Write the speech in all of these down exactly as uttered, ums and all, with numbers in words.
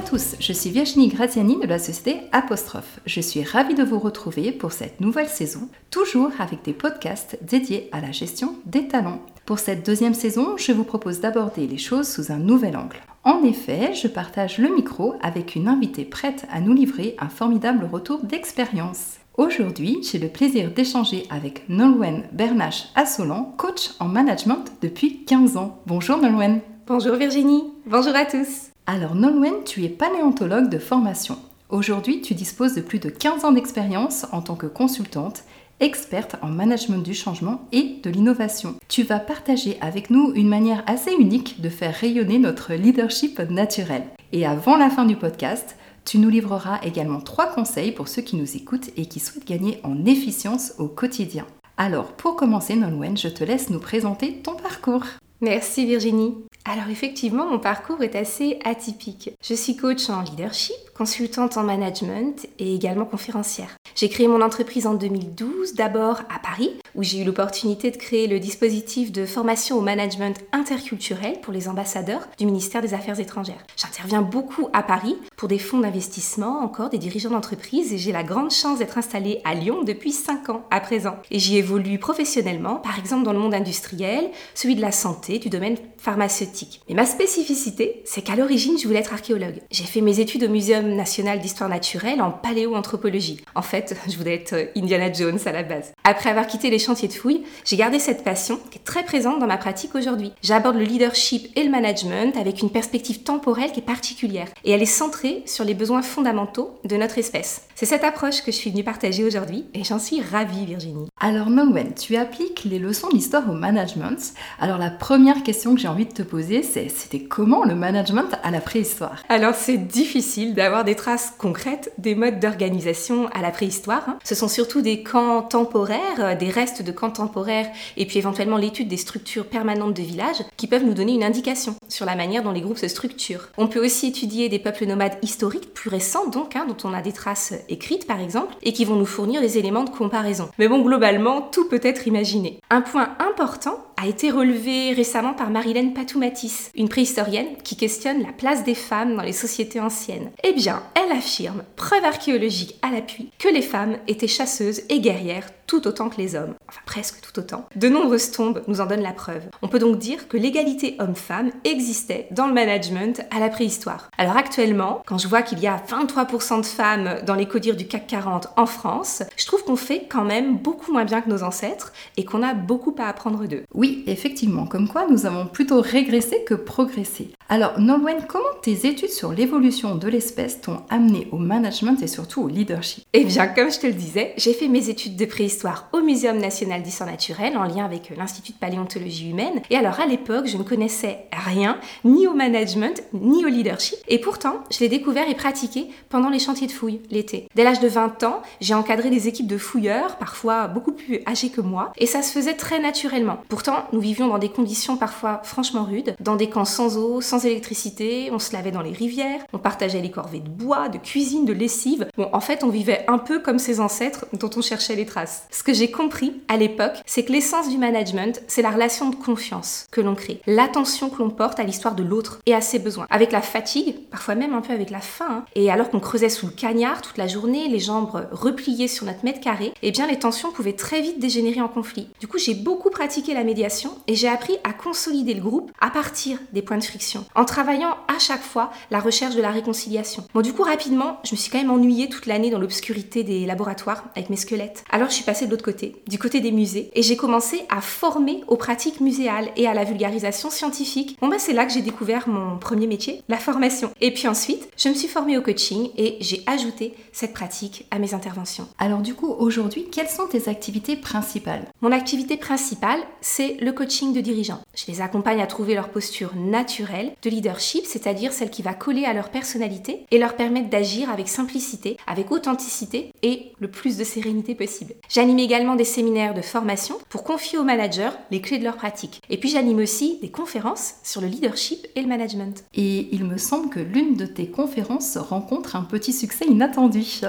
tous, je suis Virginie Graziani de la société Apostrophe. Je suis ravie de vous retrouver pour cette nouvelle saison, toujours avec des podcasts dédiés à la gestion des talents. Pour cette deuxième saison, je vous propose d'aborder les choses sous un nouvel angle. En effet, je partage le micro avec une invitée prête à nous livrer un formidable retour d'expérience. Aujourd'hui, j'ai le plaisir d'échanger avec Nolwenn Bernache-Assolan, coach en management depuis quinze ans. Bonjour Nolwenn. Bonjour Virginie, bonjour à tous. Alors Nolwenn, tu es paléontologue de formation. Aujourd'hui, tu disposes de plus de quinze ans d'expérience en tant que consultante, experte en management du changement et de l'innovation. Tu vas partager avec nous une manière assez unique de faire rayonner notre leadership naturel. Et avant la fin du podcast, tu nous livreras également trois conseils pour ceux qui nous écoutent et qui souhaitent gagner en efficience au quotidien. Alors, pour commencer, Nolwenn, je te laisse nous présenter ton parcours. Merci Virginie. Alors effectivement, mon parcours est assez atypique. Je suis coach en leadership, consultante en management et également conférencière. J'ai créé mon entreprise en deux mille douze, d'abord à Paris, où j'ai eu l'opportunité de créer le dispositif de formation au management interculturel pour les ambassadeurs du ministère des Affaires étrangères. J'interviens beaucoup à Paris pour des fonds d'investissement, encore des dirigeants d'entreprise, et j'ai la grande chance d'être installée à Lyon depuis cinq ans à présent. Et j'y évolue professionnellement, par exemple dans le monde industriel, celui de la santé, du domaine pharmaceutique. Mais ma spécificité, c'est qu'à l'origine, je voulais être archéologue. J'ai fait mes études au Muséum national d'histoire naturelle en paléoanthropologie. En fait, je voulais être Indiana Jones à la base. Après avoir quitté les chantiers de fouilles, j'ai gardé cette passion qui est très présente dans ma pratique aujourd'hui. J'aborde le leadership et le management avec une perspective temporelle qui est particulière. Et elle est centrée sur les besoins fondamentaux de notre espèce. C'est cette approche que je suis venue partager aujourd'hui et j'en suis ravie, Virginie. Alors Nolwenn, tu appliques les leçons d'histoire au management. Alors la première question que j'ai envie de te poser, c'est c'était comment le management à la préhistoire ? Alors c'est difficile d'avoir des traces concrètes des modes d'organisation à la préhistoire. Hein. Ce sont surtout des camps temporaires, des restes de camps temporaires et puis éventuellement l'étude des structures permanentes de villages qui peuvent nous donner une indication sur la manière dont les groupes se structurent. On peut aussi étudier des peuples nomades historiques plus récents donc, hein, dont on a des traces écrites par exemple et qui vont nous fournir des éléments de comparaison. Mais bon, globalement, tout peut être imaginé. Un point important a été relevé récemment par Marilène Patou-Matisse, une préhistorienne qui questionne la place des femmes dans les sociétés anciennes. Eh bien, elle affirme, preuve archéologique à l'appui, que les femmes étaient chasseuses et guerrières tout autant que les hommes, enfin presque tout autant. De nombreuses tombes nous en donnent la preuve. On peut donc dire que l'égalité homme-femme existait dans le management à la préhistoire. Alors actuellement, quand je vois qu'il y a vingt-trois pour cent de femmes dans les codires du C A C quarante en France, je trouve qu'on fait quand même beaucoup moins bien que nos ancêtres et qu'on a beaucoup à apprendre d'eux. Oui, effectivement, comme quoi nous avons plutôt régressé que progressé. Alors Nolwenn, comment tes études sur l'évolution de l'espèce t'ont amené au management et surtout au leadership ? Eh bien, comme je te le disais, j'ai fait mes études de préhistoire au Muséum national d'histoire naturelle en lien avec l'Institut de paléontologie humaine. Et alors à l'époque, je ne connaissais rien, ni au management, ni au leadership. Et pourtant, je l'ai découvert et pratiqué pendant les chantiers de fouilles, l'été. Dès l'âge de vingt ans, j'ai encadré des équipes de fouilleurs, parfois beaucoup plus âgés que moi, et ça se faisait très naturellement. Pourtant, nous vivions dans des conditions parfois franchement rudes, dans des camps sans eau, sans électricité, on se lavait dans les rivières, on partageait les corvées de bois, de cuisine, de lessive. Bon, en fait, on vivait un peu comme ses ancêtres dont on cherchait les traces. Ce que j'ai compris à l'époque, c'est que l'essence du management, c'est la relation de confiance que l'on crée, l'attention que l'on porte à l'histoire de l'autre et à ses besoins. Avec la fatigue, parfois même un peu avec la faim, hein, et alors qu'on creusait sous le cagnard toute la journée, les jambes repliées sur notre mètre carré, eh bien les tensions pouvaient très vite dégénérer en conflit. Du coup, j'ai beaucoup pratiqué la médiation et j'ai appris à consolider le groupe à partir des points de friction, en travaillant à chaque fois la recherche de la réconciliation. Bon, du coup, rapidement, je me suis quand même ennuyée toute l'année dans l'obscurité des laboratoires avec mes squelettes. Alors, je suis passée de l'autre côté, du côté des musées, et j'ai commencé à former aux pratiques muséales et à la vulgarisation scientifique. Bon, bah, c'est là que j'ai découvert mon premier métier, la formation. Et puis ensuite, je me suis formée au coaching et j'ai ajouté cette pratique à mes interventions. Alors du coup, aujourd'hui, quelles sont tes activités principales ? Mon activité principale, c'est le coaching de dirigeants. Je les accompagne à trouver leur posture naturelle de leadership, c'est-à-dire celle qui va coller à leur personnalité et leur permettre d'agir avec simplicité, avec authenticité et le plus de sérénité possible. J'anime également des séminaires de formation pour confier aux managers les clés de leur pratique. Et puis j'anime aussi des conférences sur le leadership et le management. Et il me semble que l'une de tes conférences rencontre un petit succès inattendu.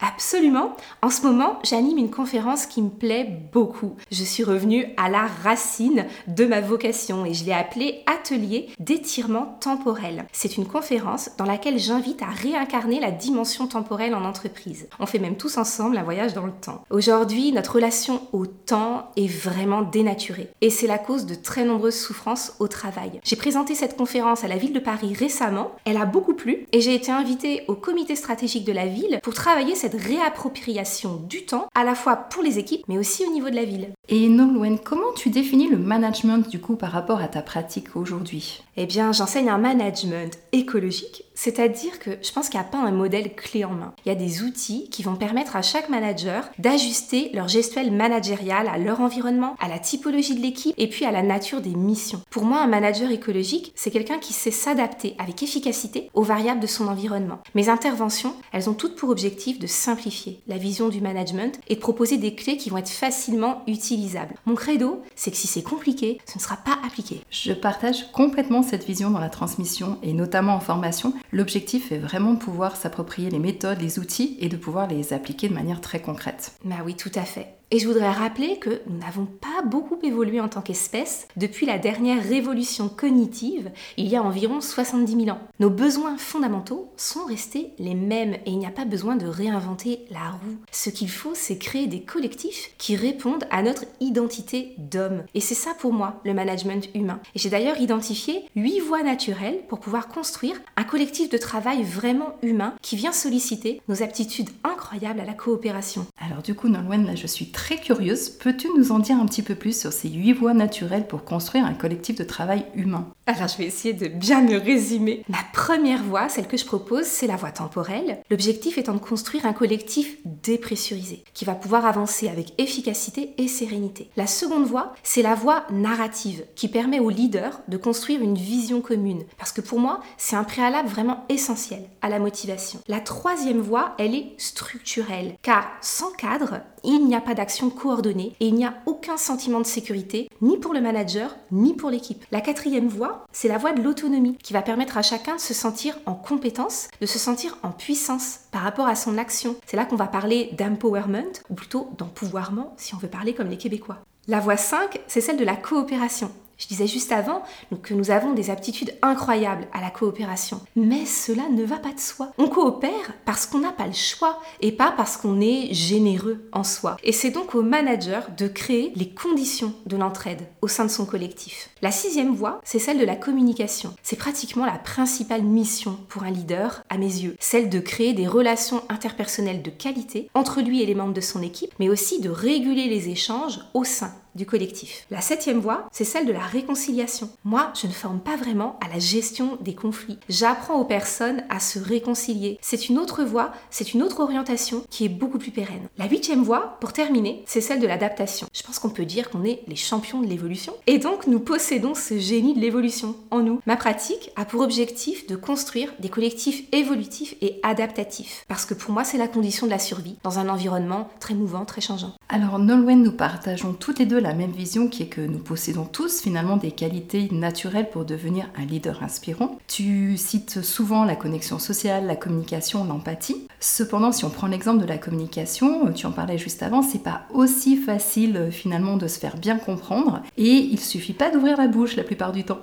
Absolument. En ce moment, j'anime une conférence qui me plaît beaucoup. Je suis revenue à la racine de ma vocation et je l'ai appelée Atelier d'étirement temporel. C'est une conférence dans laquelle j'invite à réincarner la dimension temporelle en entreprise. On fait même tous ensemble un voyage dans le temps. Aujourd'hui, notre relation au temps est vraiment dénaturée et c'est la cause de très nombreuses souffrances au travail. J'ai présenté cette conférence à la ville de Paris récemment. Elle a beaucoup plu et j'ai été invitée au comité stratégique de la ville pour travailler cette réappropriation du temps, à la fois pour les équipes, mais aussi au niveau de la ville. Et Nolwenn, comment tu définis le management du coup par rapport à ta pratique aujourd'hui ? Eh bien, j'enseigne un management écologique, c'est-à-dire que je pense qu'il n'y a pas un modèle clé en main. Il y a des outils qui vont permettre à chaque manager d'ajuster leur gestuelle managériale à leur environnement, à la typologie de l'équipe et puis à la nature des missions. Pour moi, un manager écologique, c'est quelqu'un qui sait s'adapter avec efficacité aux variables de son environnement. Mes interventions, elles ont toutes pour objectif de simplifier la vision du management et de proposer des clés qui vont être facilement utilisables. Mon credo, c'est que si c'est compliqué, ce ne sera pas appliqué. Je partage complètement cette vision dans la transmission et notamment en formation. L'objectif est vraiment de pouvoir s'approprier les méthodes, les outils et de pouvoir les appliquer de manière très concrète. Bah oui, tout à fait. Et je voudrais rappeler que nous n'avons pas beaucoup évolué en tant qu'espèce depuis la dernière révolution cognitive, il y a environ soixante-dix mille ans. Nos besoins fondamentaux sont restés les mêmes et il n'y a pas besoin de réinventer la roue. Ce qu'il faut, c'est créer des collectifs qui répondent à notre identité d'homme. Et c'est ça pour moi, le management humain. Et j'ai d'ailleurs identifié huit voies naturelles pour pouvoir construire un collectif de travail vraiment humain qui vient solliciter nos aptitudes incroyables à la coopération. Alors du coup, Nolwenn, là je suis très Très curieuse, peux-tu nous en dire un petit peu plus sur ces huit voies naturelles pour construire un collectif de travail humain ? Alors je vais essayer de bien me résumer. Ma première voie, celle que je propose, c'est la voie temporelle. L'objectif étant de construire un collectif dépressurisé, qui va pouvoir avancer avec efficacité et sérénité. La seconde voie, c'est la voie narrative, qui permet aux leaders de construire une vision commune. Parce que pour moi, c'est un préalable vraiment essentiel à la motivation. La troisième voie, elle est structurelle, car sans cadre, il n'y a pas d'action coordonnée et il n'y a aucun sentiment de sécurité, ni pour le manager, ni pour l'équipe. La quatrième voie, c'est la voie de l'autonomie, qui va permettre à chacun de se sentir en compétence, de se sentir en puissance par rapport à son action. C'est là qu'on va parler d'empowerment, ou plutôt d'empouvoirment, si on veut parler comme les Québécois. La voie cinq, c'est celle de la coopération. Je disais juste avant que nous avons des aptitudes incroyables à la coopération. Mais cela ne va pas de soi. On coopère parce qu'on n'a pas le choix et pas parce qu'on est généreux en soi. Et c'est donc au manager de créer les conditions de l'entraide au sein de son collectif. La sixième voie, c'est celle de la communication. C'est pratiquement la principale mission pour un leader, à mes yeux. Celle de créer des relations interpersonnelles de qualité entre lui et les membres de son équipe, mais aussi de réguler les échanges au sein du collectif. La septième voie, c'est celle de la réconciliation. Moi, je ne forme pas vraiment à la gestion des conflits. J'apprends aux personnes à se réconcilier. C'est une autre voie, c'est une autre orientation qui est beaucoup plus pérenne. La huitième voie, pour terminer, c'est celle de l'adaptation. Je pense qu'on peut dire qu'on est les champions de l'évolution. Et donc, nous possédons ce génie de l'évolution en nous. Ma pratique a pour objectif de construire des collectifs évolutifs et adaptatifs. Parce que pour moi, c'est la condition de la survie dans un environnement très mouvant, très changeant. Alors, Nolwenn, nous partageons toutes les deux la même vision qui est que nous possédons tous finalement des qualités naturelles pour devenir un leader inspirant. Tu cites souvent la connexion sociale, la communication, l'empathie. Cependant, si on prend l'exemple de la communication, tu en parlais juste avant, c'est pas aussi facile finalement de se faire bien comprendre et il suffit pas d'ouvrir la bouche la plupart du temps.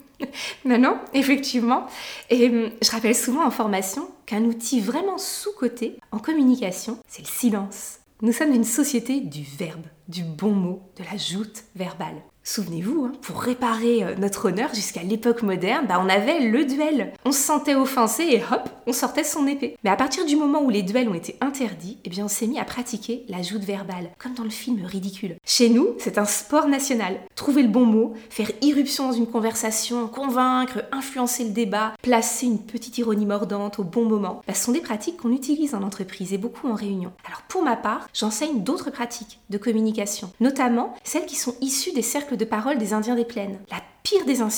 Non, non, effectivement. Et je rappelle souvent en formation qu'un outil vraiment sous-coté en communication, c'est le silence. Nous sommes une société du verbe, du bon mot, de la joute verbale. Souvenez-vous, hein, pour réparer euh, notre honneur jusqu'à l'époque moderne, bah, on avait le duel. On se sentait offensé et hop, on sortait son épée. Mais à partir du moment où les duels ont été interdits, eh bien on s'est mis à pratiquer la joute verbale, comme dans le film Ridicule. Chez nous, c'est un sport national. Trouver le bon mot, faire irruption dans une conversation, convaincre, influencer le débat, placer une petite ironie mordante au bon moment, bah, ce sont des pratiques qu'on utilise en entreprise et beaucoup en réunion. Alors pour ma part, j'enseigne d'autres pratiques de communication, notamment celles qui sont issues des cercles de parole des Indiens des Plaines. La pire des insultes,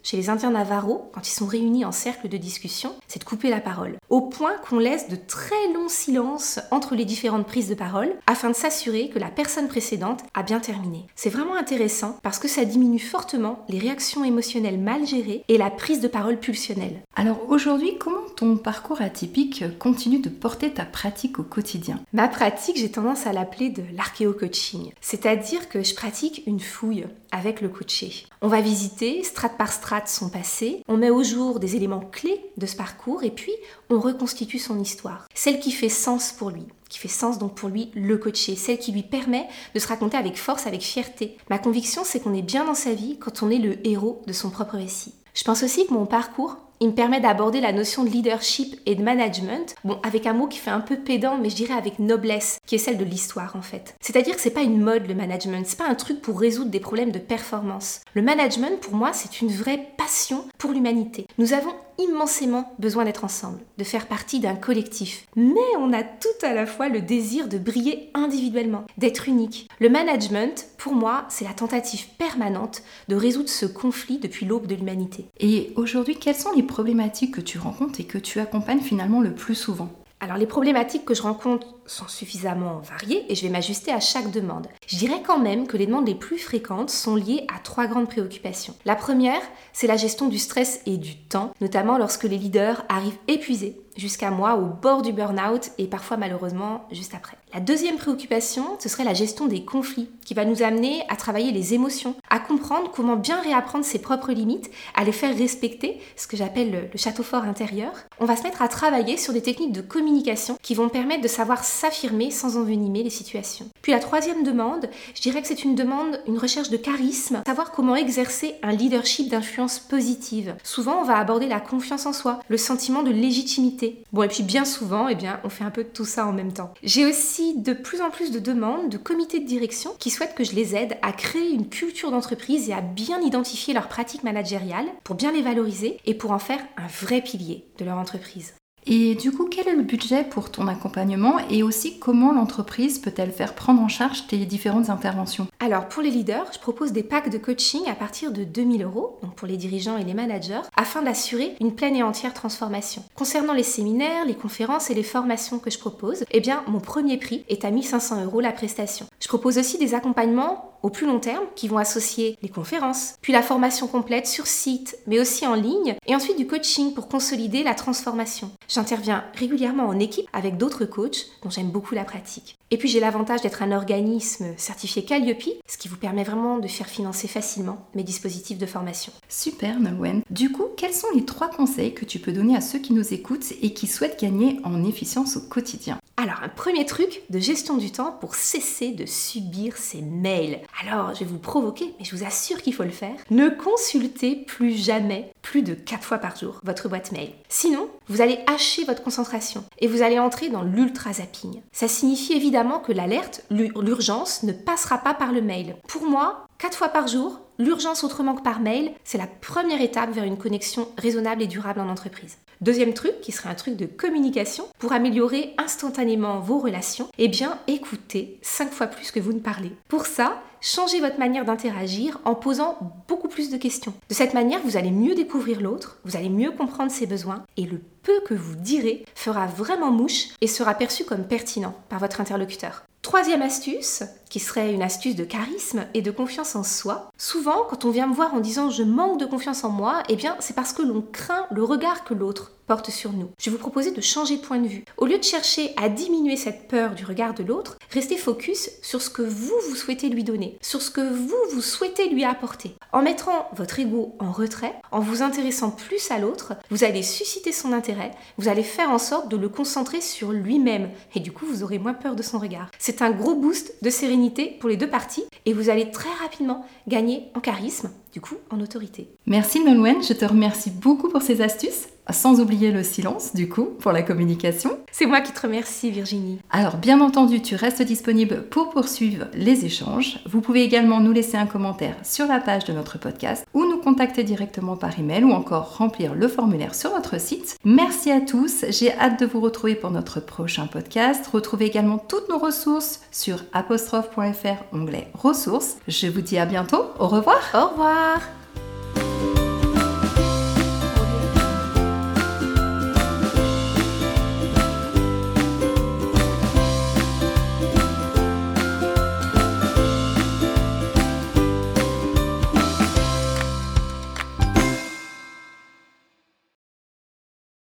chez les Indiens Navarro, quand ils sont réunis en cercle de discussion, c'est de couper la parole. Au point qu'on laisse de très longs silences entre les différentes prises de parole afin de s'assurer que la personne précédente a bien terminé. C'est vraiment intéressant parce que ça diminue fortement les réactions émotionnelles mal gérées et la prise de parole pulsionnelle. Alors aujourd'hui, comment ton parcours atypique continue de porter ta pratique au quotidien? Ma pratique, j'ai tendance à l'appeler de l'archéo-coaching. C'est-à-dire que je pratique une fouille avec le coaché. On va visiter strate par strate son passé, on met au jour des éléments clés de ce parcours et puis on reconstitue son histoire. Celle qui fait sens pour lui, qui fait sens donc pour lui le coaché, celle qui lui permet de se raconter avec force, avec fierté. Ma conviction, c'est qu'on est bien dans sa vie quand on est le héros de son propre récit. Je pense aussi que mon parcours, il me permet d'aborder la notion de leadership et de management, bon, avec un mot qui fait un peu pédant, mais je dirais avec noblesse, qui est celle de l'histoire en fait. C'est-à-dire que c'est pas une mode le management, c'est pas un truc pour résoudre des problèmes de performance. Le management, pour moi, c'est une vraie passion pour l'humanité. Nous avons immensément besoin d'être ensemble, de faire partie d'un collectif. Mais on a tout à la fois le désir de briller individuellement, d'être unique. Le management, pour moi, c'est la tentative permanente de résoudre ce conflit depuis l'aube de l'humanité. Et aujourd'hui, quelles sont les problématiques que tu rencontres et que tu accompagnes finalement le plus souvent? Alors les problématiques que je rencontre sont suffisamment variées et je vais m'ajuster à chaque demande. Je dirais quand même que les demandes les plus fréquentes sont liées à trois grandes préoccupations. La première, c'est la gestion du stress et du temps, notamment lorsque les leaders arrivent épuisés jusqu'à moi au bord du burn-out et parfois malheureusement juste après. La deuxième préoccupation, ce serait la gestion des conflits qui va nous amener à travailler les émotions, à comprendre comment bien réapprendre ses propres limites, à les faire respecter, ce que j'appelle le, le château fort intérieur. On va se mettre à travailler sur des techniques de communication qui vont permettre de savoir s'affirmer sans envenimer les situations. Puis la troisième demande, je dirais que c'est une demande, une recherche de charisme, savoir comment exercer un leadership d'influence positive. Souvent, on va aborder la confiance en soi, le sentiment de légitimité. Bon, et puis bien souvent, eh bien, on fait un peu de tout ça en même temps. J'ai aussi de plus en plus de demandes de comités de direction qui souhaitent que je les aide à créer une culture d'entreprise et à bien identifier leurs pratiques managériales pour bien les valoriser et pour en faire un vrai pilier de leur entreprise. Et du coup, quel est le budget pour ton accompagnement et aussi comment l'entreprise peut-elle faire prendre en charge tes différentes interventions? Alors pour les leaders, je propose des packs de coaching à partir de deux mille euros, donc pour les dirigeants et les managers, afin d'assurer une pleine et entière transformation. Concernant les séminaires, les conférences et les formations que je propose, eh bien mon premier prix est à mille cinq cents euros la prestation. Je propose aussi des accompagnements au plus long terme qui vont associer les conférences, puis la formation complète sur site, mais aussi en ligne, et ensuite du coaching pour consolider la transformation. J'interviens régulièrement en équipe avec d'autres coachs dont j'aime beaucoup la pratique. Et puis j'ai l'avantage d'être un organisme certifié Calliope, ce qui vous permet vraiment de faire financer facilement mes dispositifs de formation. Super Nolwenn. Du coup, quels sont les trois conseils que tu peux donner à ceux qui nous écoutent et qui souhaitent gagner en efficience au quotidien? Alors, un premier truc de gestion du temps pour cesser de subir ces mails. Alors, je vais vous provoquer, mais je vous assure qu'il faut le faire. Ne consultez plus jamais, plus de quatre fois par jour, votre boîte mail. Sinon, vous allez hacher votre concentration et vous allez entrer dans l'ultra-zapping. Ça signifie évidemment que l'alerte, l'urgence, ne passera pas par le mail. Pour moi, quatre fois par jour, l'urgence autrement que par mail, c'est la première étape vers une connexion raisonnable et durable en entreprise. Deuxième truc, qui serait un truc de communication, pour améliorer instantanément vos relations, eh bien, écoutez cinq fois plus que vous ne parlez. Pour ça, changez votre manière d'interagir en posant beaucoup plus de questions. De cette manière, vous allez mieux découvrir l'autre, vous allez mieux comprendre ses besoins, et le peu que vous direz fera vraiment mouche et sera perçu comme pertinent par votre interlocuteur. Troisième astuce, qui serait une astuce de charisme et de confiance en soi. Souvent, quand on vient me voir en disant « je manque de confiance en moi », eh bien, c'est parce que l'on craint le regard que l'autre porte sur nous. Je vais vous proposer de changer de point de vue. Au lieu de chercher à diminuer cette peur du regard de l'autre, restez focus sur ce que vous, vous souhaitez lui donner, sur ce que vous, vous souhaitez lui apporter. En mettant votre ego en retrait, en vous intéressant plus à l'autre, vous allez susciter son intérêt, vous allez faire en sorte de le concentrer sur lui-même et du coup, vous aurez moins peur de son regard. C'est un gros boost de sérénité pour les deux parties et vous allez très rapidement gagner en charisme, du coup en autorité. Merci Nolwenn, je te remercie beaucoup pour ces astuces. Sans oublier le silence, du coup, pour la communication. C'est moi qui te remercie, Virginie. Alors, bien entendu, tu restes disponible pour poursuivre les échanges. Vous pouvez également nous laisser un commentaire sur la page de notre podcast ou nous contacter directement par email ou encore remplir le formulaire sur notre site. Merci à tous, j'ai hâte de vous retrouver pour notre prochain podcast. Retrouvez également toutes nos ressources sur apostrophe point f r, onglet ressources. Je vous dis à bientôt, au revoir. Au revoir.